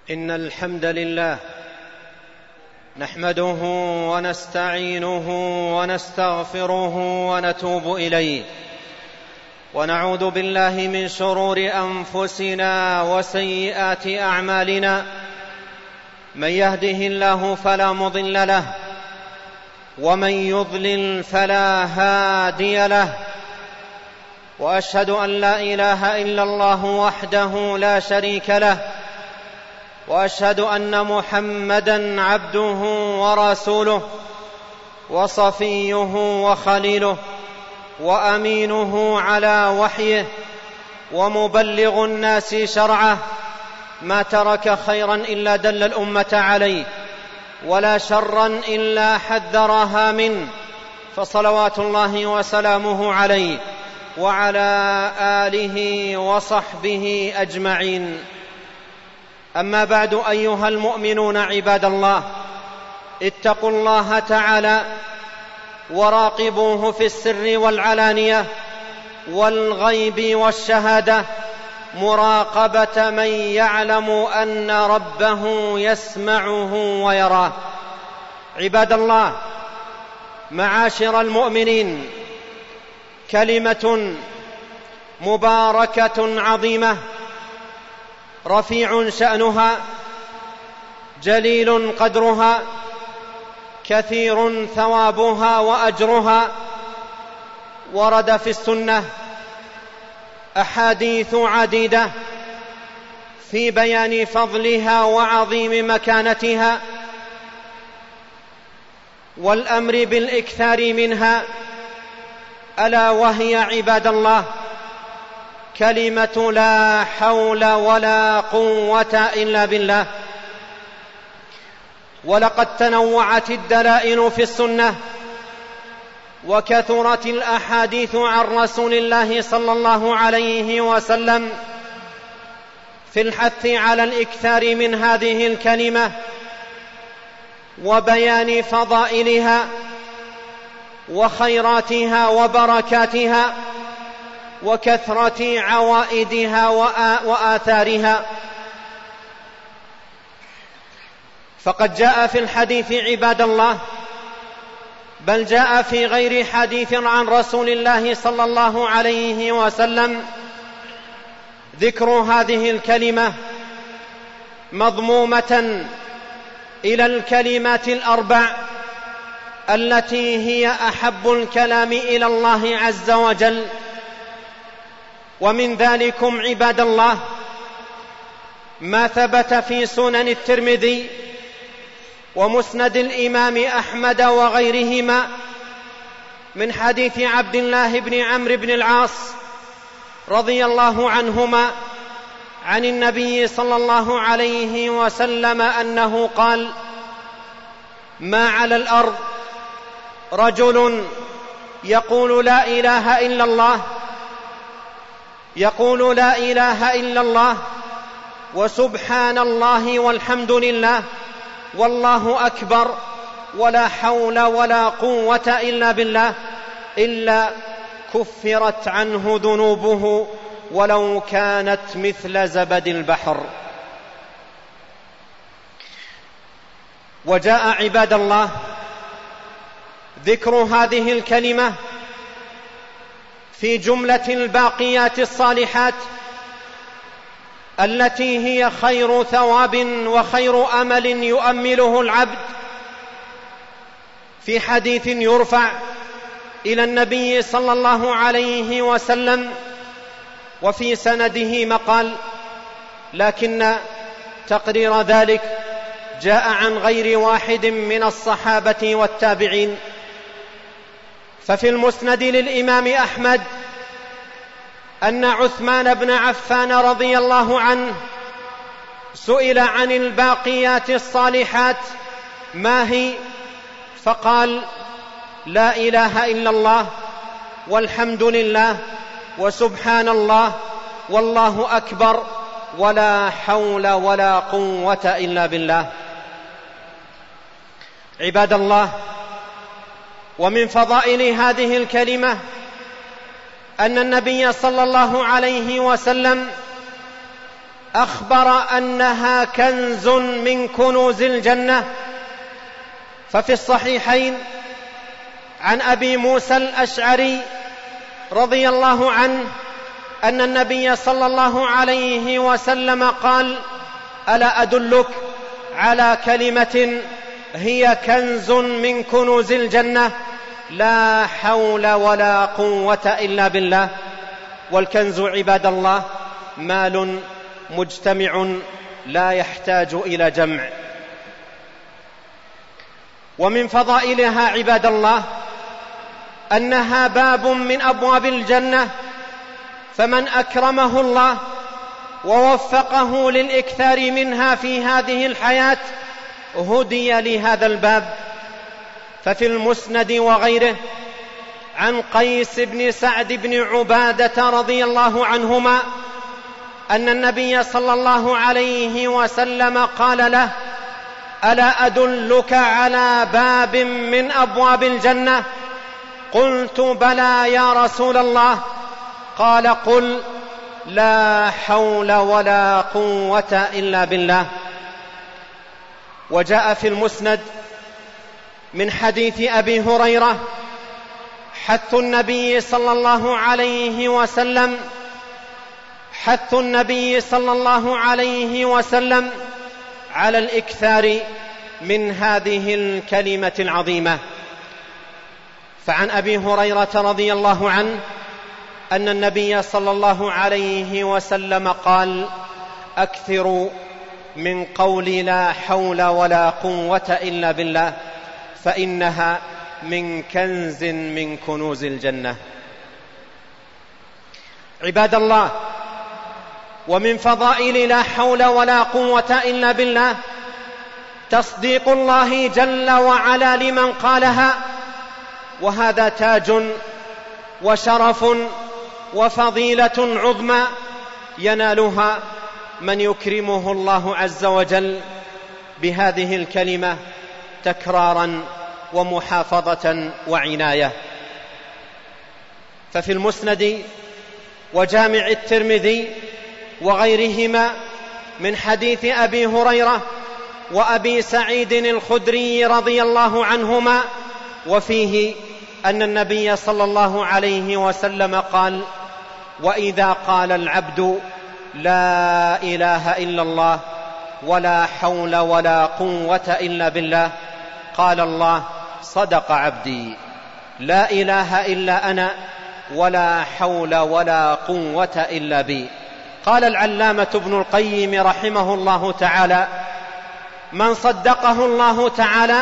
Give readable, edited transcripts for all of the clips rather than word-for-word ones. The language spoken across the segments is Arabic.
إن الحمد لله نحمده ونستعينه ونستغفره ونتوب إليه، ونعوذ بالله من شرور أنفسنا وسيئات أعمالنا. من يهده الله فلا مضل له، ومن يضلل فلا هادي له، وأشهد أن لا إله إلا الله وحده لا شريك له، وأشهد أن محمدًا عبده ورسوله وصفيه وخليله وأمينه على وحيه ومبلغ الناس شرعه. ما ترك خيرا إلا دل الأمة عليه، ولا شرا إلا حذرها منه، فصلوات الله وسلامه عليه وعلى آله وصحبه أجمعين. أما بعد، أيها المؤمنون عباد الله، اتقوا الله تعالى وراقبوه في السر والعلانية والغيب والشهادة، مراقبة من يعلم أن ربه يسمعه ويراه. عباد الله، معاشر المؤمنين، كلمة مباركة عظيمة رفيع شأنها، جليل قدرها، كثير ثوابها وأجرها. ورد في السنة أحاديث عديدة في بيان فضلها وعظيم مكانتها والأمر بالإكثار منها، ألا وهي عباد الله كلمة لا حول ولا قوة إلا بالله. ولقد تنوعت الدلائل في السنة، وكثرت الأحاديث عن رسول الله صلى الله عليه وسلم في الحث على الإكثار من هذه الكلمة وبيان فضائلها وخيراتها وبركاتها وكثرة عوائدها وآثارها. فقد جاء في الحديث عباد الله، بل جاء في غير حديث عن رسول الله صلى الله عليه وسلم ذكر هذه الكلمة مضمومة إلى الكلمات الأربع التي هي أحب الكلام إلى الله عز وجل. ومن ذلكم عباد الله ما ثبت في سنن الترمذي ومسند الإمام أحمد وغيرهما من حديث عبد الله بن عمرو بن العاص رضي الله عنهما عن النبي صلى الله عليه وسلم أنه قال: ما على الأرض رجل يقول لا إله إلا الله، يقول لا إله إلا الله وسبحان الله والحمد لله والله أكبر ولا حول ولا قوة إلا بالله، إلا كفرت عنه ذنوبه ولو كانت مثل زبد البحر. وجاء عباد الله ذكر هذه الكلمة في جملة الباقيات الصالحات التي هي خير ثواب وخير أمل يؤمله العبد، في حديث يرفع إلى النبي صلى الله عليه وسلم وفي سنده مقال، لكن تقرير ذلك جاء عن غير واحد من الصحابة والتابعين. ففي المسند للإمام أحمد أن عثمان بن عفان رضي الله عنه سئل عن الباقيات الصالحات ما هي، فقال: لا إله إلا الله والحمد لله وسبحان الله والله أكبر ولا حول ولا قوة إلا بالله. عباد الله، ومن فضائل هذه الكلمة أن النبي صلى الله عليه وسلم أخبر أنها كنز من كنوز الجنة. ففي الصحيحين عن أبي موسى الأشعري رضي الله عنه أن النبي صلى الله عليه وسلم قال: ألا أدلك على كلمة هي كنز من كنوز الجنة لا حول ولا قوة إلا بالله. والكنز عباد الله مال مجتمع لا يحتاج إلى جمع. ومن فضائلها عباد الله أنها باب من أبواب الجنة، فمن أكرمه الله ووفقه للإكثار منها في هذه الحياة هدي لهذا الباب. ففي المسند وغيره عن قيس بن سعد بن عبادة رضي الله عنهما أن النبي صلى الله عليه وسلم قال له: ألا أدلك على باب من أبواب الجنة؟ قلت: بلى يا رسول الله. قال: قل: لا حول ولا قوة إلا بالله. وجاء في المسند من حديث أبي هريرة حث النبي صلى الله عليه وسلم على الإكثار من هذه الكلمة العظيمة. فعن أبي هريرة رضي الله عنه أن النبي صلى الله عليه وسلم قال: أكثروا من قول لا حول ولا قوة إلا بالله، فإنها من كنز من كنوز الجنة. عباد الله، ومن فضائل لا حول ولا قوة إلا بالله تصديق الله جل وعلا لمن قالها، وهذا تاج وشرف وفضيلة عظمى ينالها من يكرمه الله عز وجل بهذه الكلمة تكرارا ومحافظة وعناية. ففي المسند وجامع الترمذي وغيرهما من حديث أبي هريرة وأبي سعيد الخدري رضي الله عنهما، وفيه أن النبي صلى الله عليه وسلم قال: وإذا قال العبد لا إله إلا الله ولا حول ولا قوة إلا بالله قال الله: صدق عبدي، لا إله إلا أنا ولا حول ولا قوة إلا بي. قال العلامة ابن القيم رحمه الله تعالى: من صدقه الله تعالى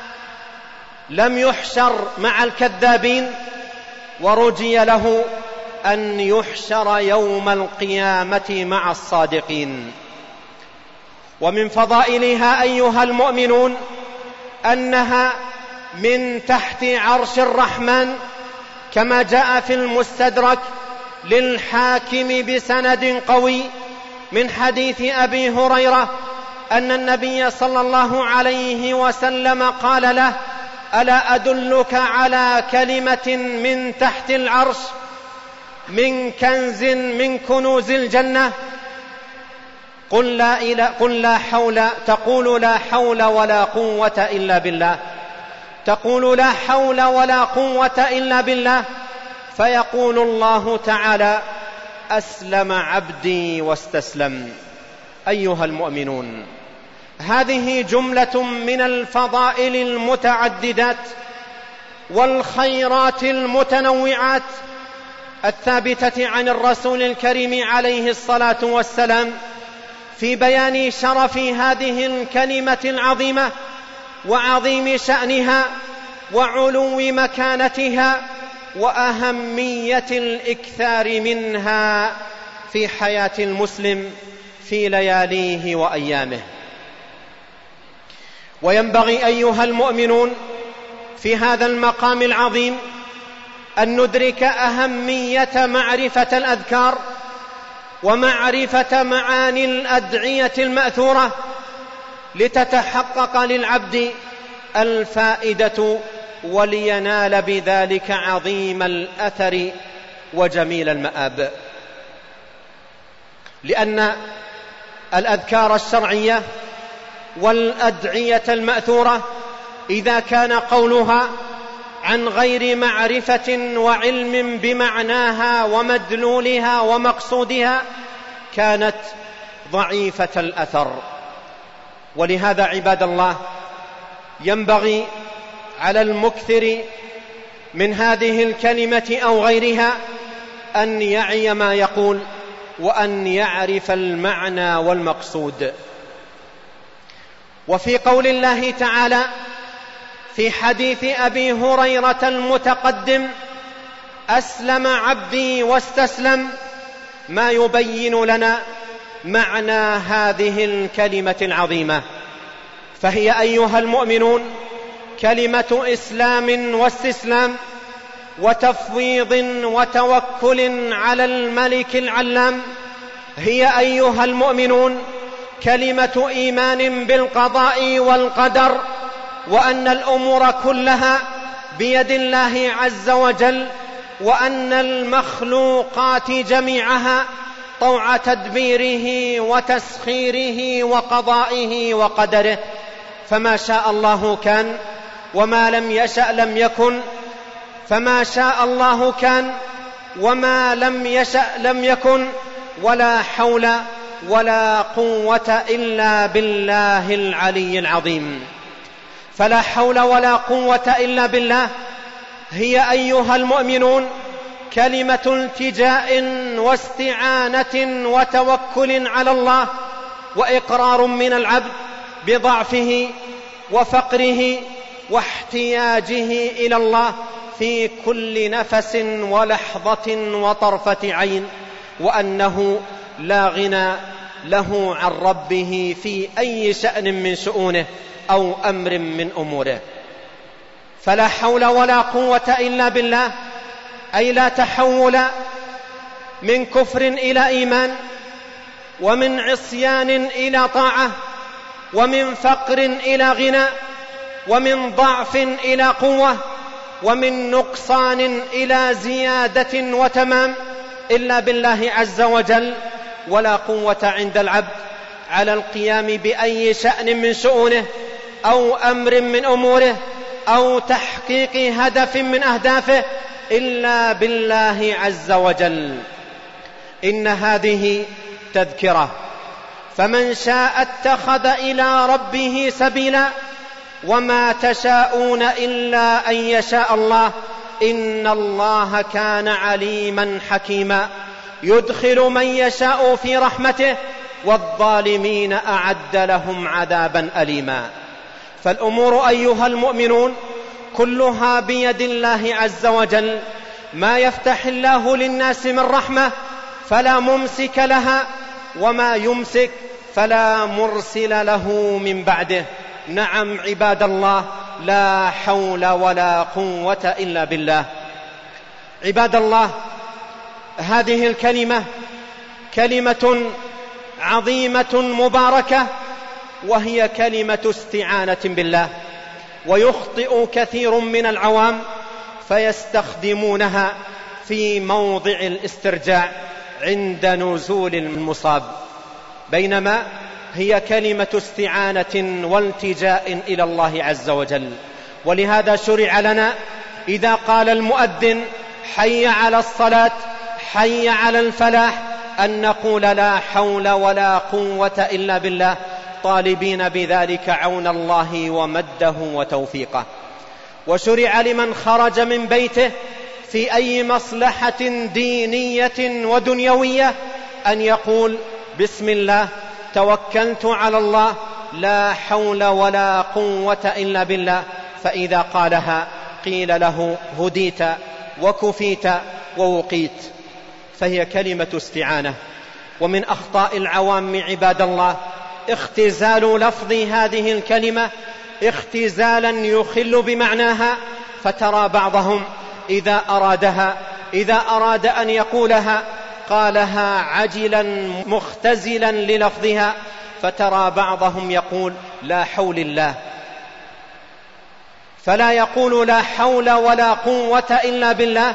لم يحشر مع الكذابين، ورجي له أن يحشر يوم القيامة مع الصادقين. ومن فضائلها أيها المؤمنون أنها من تحت عرش الرحمن، كما جاء في المستدرك للحاكم بسند قوي من حديث أبي هريرة أن النبي صلى الله عليه وسلم قال له: ألا أدلك على كلمة من تحت العرش من كنز من كنوز الجنة؟ تقول لا حول ولا قوة إلا بالله، تقول لا حول ولا قوة إلا بالله، فيقول الله تعالى: أسلم عبدي واستسلم. أيها المؤمنون، هذه جملة من الفضائل المتعددات والخيرات المتنوعات الثابتة عن الرسول الكريم عليه الصلاة والسلام في بيان شرف هذه الكلمة العظيمة وعظيم شأنها وعلو مكانتها وأهمية الإكثار منها في حياة المسلم في لياليه وأيامه. وينبغي أيها المؤمنون في هذا المقام العظيم أن ندرك أهمية معرفة الأذكار ومعرفة معاني الأدعية المأثورة لتتحقق للعبد الفائدة ولينال بذلك عظيم الأثر وجميل المآب. لأن الأذكار الشرعية والأدعية المأثورة إذا كان قولها عن غير معرفة وعلم بمعناها ومدلولها ومقصودها كانت ضعيفة الأثر. ولهذا عباد الله ينبغي على المكثر من هذه الكلمة أو غيرها أن يعي ما يقول وأن يعرف المعنى والمقصود. وفي قول الله تعالى في حديث أبي هريرة المتقدم: أسلم عبدي واستسلم، ما يبين لنا معنى هذه الكلمة العظيمة. فهي أيها المؤمنون كلمة إسلام واستسلام وتفويض وتوكل على الملك العلام. هي أيها المؤمنون كلمة إيمان بالقضاء والقدر، وأن الأمور كلها بيد الله عز وجل، وأن المخلوقات جميعها طوع تدبيره وتسخيره وقضائه وقدره، فما شاء الله كان وما لم يشأ لم يكن، فما شاء الله كان وما لم يشأ لم يكن، ولا حول ولا قوة إلا بالله العلي العظيم. فلا حول ولا قوة إلا بالله هي أيها المؤمنون كلمة التجاء واستعانة وتوكل على الله، وإقرار من العبد بضعفه وفقره واحتياجه إلى الله في كل نفس ولحظة وطرفة عين، وأنه لا غنى له عن ربه في أي شأن من شؤونه أو أمر من أموره. فلا حول ولا قوة إلا بالله، أي لا تحول من كفر إلى إيمان، ومن عصيان إلى طاعة، ومن فقر إلى غنى، ومن ضعف إلى قوة، ومن نقصان إلى زيادة وتمام، إلا بالله عز وجل. ولا قوة عند العبد على القيام بأي شأن من شؤونه أو أمر من أموره أو تحقيق هدف من أهدافه إلا بالله عز وجل. إن هذه تذكرة، فمن شاء اتخذ إلى ربه سبيلا، وما تشاءون إلا أن يشاء الله، إن الله كان عليما حكيما، يدخل من يشاء في رحمته، والظالمين أعد لهم عذابا أليما. فالأمور أيها المؤمنون كلها بيد الله عز وجل، ما يفتح الله للناس من رحمة فلا ممسك لها، وما يمسك فلا مرسل له من بعده. نعم عباد الله، لا حول ولا قوة إلا بالله. عباد الله، هذه الكلمة كلمة عظيمة مباركة، وهي كلمة استعانة بالله. ويخطئ كثير من العوام فيستخدمونها في موضع الاسترجاع عند نزول المصاب، بينما هي كلمة استعانة والتجاء إلى الله عز وجل. ولهذا شرع لنا إذا قال المؤذن حي على الصلاة حي على الفلاح أن نقول لا حول ولا قوة إلا بالله، طالبين بذلك عون الله ومده وتوفيقه. وشرع لمن خرج من بيته في أي مصلحة دينية ودنيوية أن يقول بسم الله توكلت على الله لا حول ولا قوة إلا بالله، فإذا قالها قيل له هديت وكفيت ووقيت. فهي كلمة استعانة. ومن أخطاء العوام عباد الله اختزال لفظ هذه الكلمة اختزالا يخل بمعناها، فترى بعضهم إذا أراد أن يقولها قالها عجلا مختزلا للفظها، فترى بعضهم يقول لا حول الله، فلا يقول لا حول ولا قوة إلا بالله،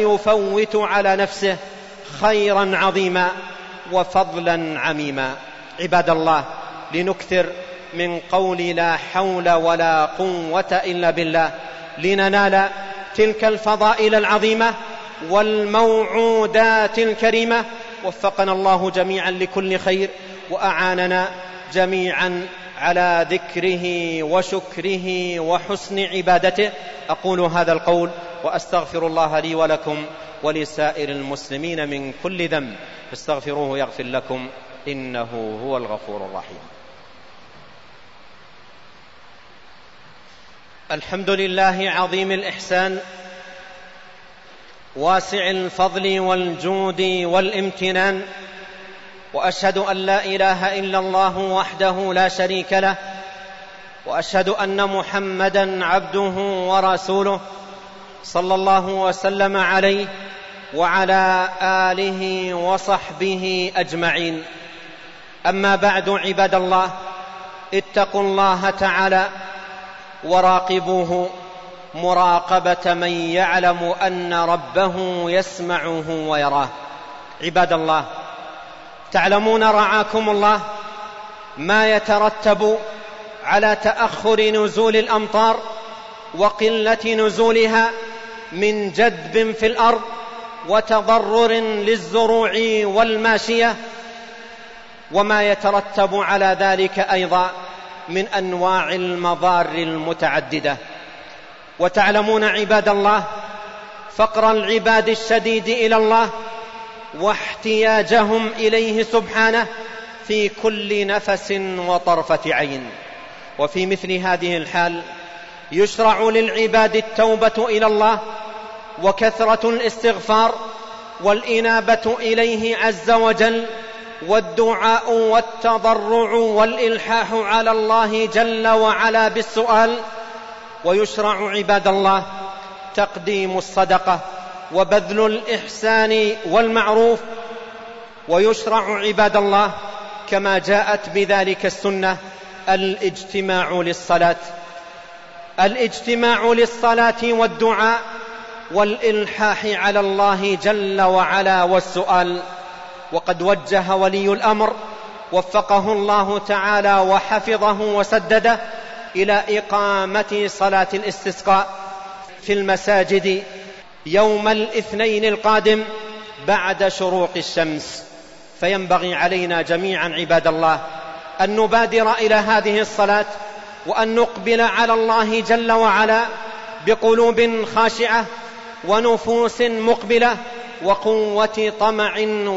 فيفوت على نفسه خيرا عظيما وفضلا عميما. عباد الله، لنكثر من قول لا حول ولا قوة إلا بالله لننال تلك الفضائل العظيمة والموعودات الكريمة. وفقنا الله جميعا لكل خير، وأعاننا جميعا على ذكره وشكره وحسن عبادته. أقول هذا القول وأستغفر الله لي ولكم ولسائر المسلمين من كل ذنب، فاستغفروه يغفر لكم، إنه هو الغفور الرحيم. الحمد لله عظيم الإحسان واسع الفضل والجود والامتنان، وأشهد أن لا إله إلا الله وحده لا شريك له، وأشهد أن محمدًا عبده ورسوله صلى الله وسلم عليه وعلى آله وصحبه أجمعين. أما بعد، عباد الله، اتقوا الله تعالى وراقبوه مراقبة من يعلم أن ربه يسمعه ويراه. عباد الله، تعلمون رعاكم الله ما يترتب على تأخر نزول الأمطار وقلة نزولها من جدب في الأرض وتضرر للزروع والماشية، وما يترتب على ذلك أيضا من أنواع المضار المتعددة. وتعلمون عباد الله فقر العباد الشديد إلى الله واحتياجهم إليه سبحانه في كل نفس وطرفة عين. وفي مثل هذه الحال يشرع للعباد التوبة إلى الله وكثرة الاستغفار والإنابة إليه عز وجل والدعاء والتضرع والإلحاح على الله جل وعلا بالسؤال. ويشرع عباد الله تقديم الصدقة وبذل الإحسان والمعروف. ويشرع عباد الله كما جاءت بذلك السنة الاجتماع للصلاة والدعاء والإلحاح على الله جل وعلا والسؤال. وقد وجه ولي الأمر وفقه الله تعالى وحفظه وسدده إلى إقامة صلاة الاستسقاء في المساجد يوم الاثنين القادم بعد شروق الشمس. فينبغي علينا جميعا عباد الله أن نبادر إلى هذه الصلاة وأن نقبل على الله جل وعلا بقلوب خاشعة ونفوس مقبلة وقوة طمع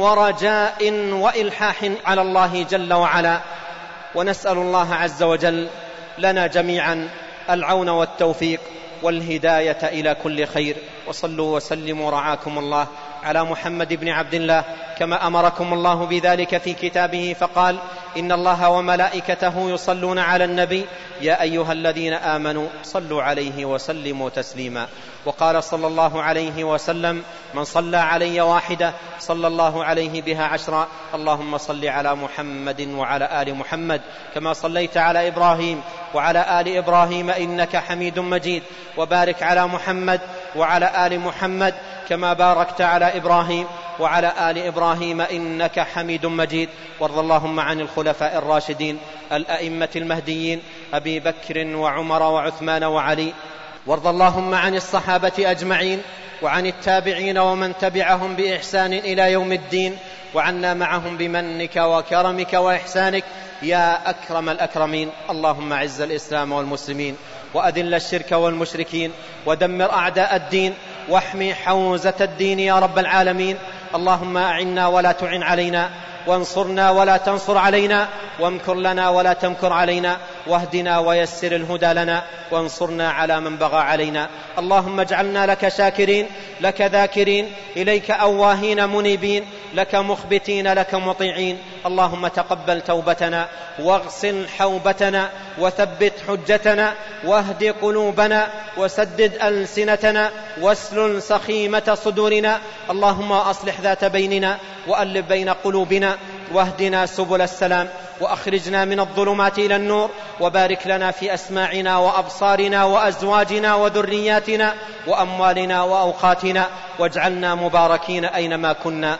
ورجاء وإلحاح على الله جل وعلا. ونسأل الله عز وجل لنا جميعا العون والتوفيق والهداية إلى كل خير. وصلوا وسلموا رعاكم الله على محمد بن عبد الله كما أمركم الله بذلك في كتابه، فقال: إن الله وملائكته يصلون على النبي يا أيها الذين آمنوا صلوا عليه وسلموا تسليما. وقال صلى الله عليه وسلم: من صلى علي واحدة صلى الله عليه بها 10. اللهم صل على محمد وعلى آل محمد كما صليت على إبراهيم وعلى آل إبراهيم إنك حميد مجيد. وبارك على محمد وعلى آل محمد كما باركت على إبراهيم وعلى آل إبراهيم إنك حميد مجيد. وارض اللهم عن الخلفاء الراشدين الأئمة المهديين أبي بكر وعمر وعثمان وعلي. وارض اللهم عن الصحابة أجمعين وعن التابعين ومن تبعهم بإحسان إلى يوم الدين، وعنا معهم بمنك وكرمك وإحسانك يا أكرم الأكرمين. اللهم أعز الإسلام والمسلمين وأذل الشرك والمشركين ودمر أعداء الدين واحمي حوزة الدين يا رب العالمين. اللهم أعنا ولا تعن علينا، وانصرنا ولا تنصر علينا، وامكر لنا ولا تمكر علينا، واهدنا ويسر الهدى لنا، وانصرنا على من بغى علينا. اللهم اجعلنا لك شاكرين، لك ذاكرين، إليك أواهين منيبين، لك مخبتين، لك مطيعين. اللهم تقبل توبتنا واغسل حوبتنا وثبت حجتنا واهد قلوبنا وسدد ألسنتنا واسلل سخيمة صدورنا. اللهم أصلح ذات بيننا وألف بين قلوبنا واهدنا سبل السلام وأخرجنا من الظلمات إلى النور، وبارك لنا في أسماعنا وأبصارنا وأزواجنا وذرياتنا وأموالنا وأوقاتنا، واجعلنا مباركين أينما كنا.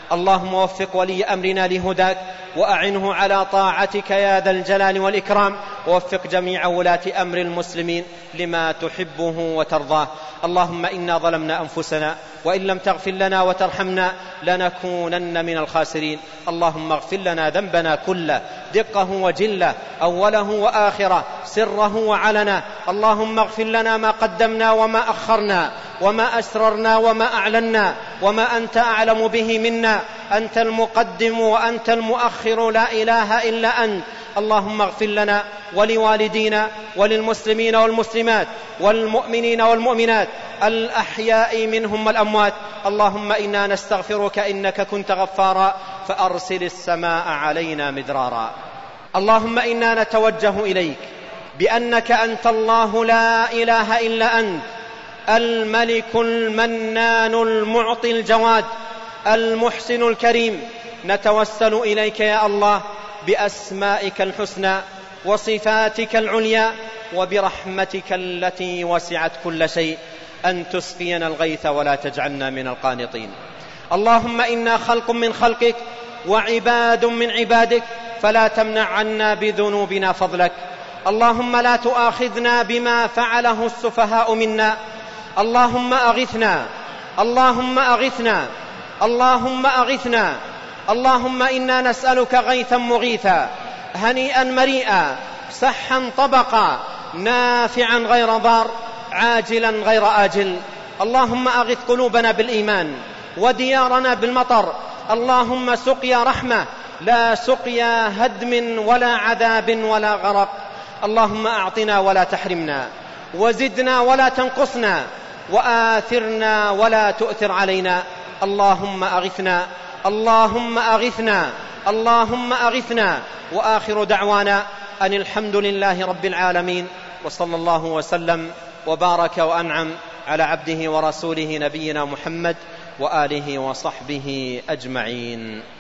اللهم وفق ولي أمرنا لهداك وأعنه على طاعتك يا ذا الجلال والإكرام، ووفق جميع ولاة أمر المسلمين لما تحبه وترضاه. اللهم إنا ظلمنا أنفسنا وإن لم تغفر لنا وترحمنا لنكونن من الخاسرين. اللهم اغفر لنا ذنبنا كله، دقه وجله، أوله وآخره، سره وعلنه. اللهم اغفر لنا ما قدمنا وما أخرنا وما أسررنا وما أعلنا وما أنت أعلم به منا. أنت المقدم وأنت المؤخر، لا إله إلا أنت. اللهم اغفر لنا ولوالدينا وللمسلمين والمسلمات والمؤمنين والمؤمنات الأحياء منهم والأموات. اللهم إنا نستغفرك إنك كنت غفارا فأرسل السماء علينا مدرارا. اللهم إنا نتوجه إليك بأنك أنت الله لا إله إلا أنت، الملك المنان المعطي الجواد المحسن الكريم. نتوسل إليك يا الله بأسمائك الحسنى وصفاتك العليا وبرحمتك التي وسعت كل شيء أن تسقينا الغيث ولا تجعلنا من القانطين. اللهم إنا خلق من خلقك وعباد من عبادك، فلا تمنع عنا بذنوبنا فضلك. اللهم لا تؤاخذنا بما فعله السفهاء منا. اللهم أغثنا، اللهم أغثنا، اللهم أغثنا. اللهم إنا نسألك غيثا مغيثا، هنيئا مريئا، سحا طبقا، نافعا غير ضار، عاجلا غير آجل. اللهم أغث قلوبنا بالإيمان وديارنا بالمطر. اللهم سقيا رحمة لا سقيا هدم ولا عذاب ولا غرق. اللهم أعطنا ولا تحرمنا، وزدنا ولا تنقصنا، وآثرنا ولا تؤثر علينا. اللهم أغثنا، اللهم أغثنا، اللهم أغثنا. وآخر دعوانا أن الحمد لله رب العالمين، وصلى الله وسلم وبارك وأنعم على عبده ورسوله نبينا محمد وآله وصحبه أجمعين.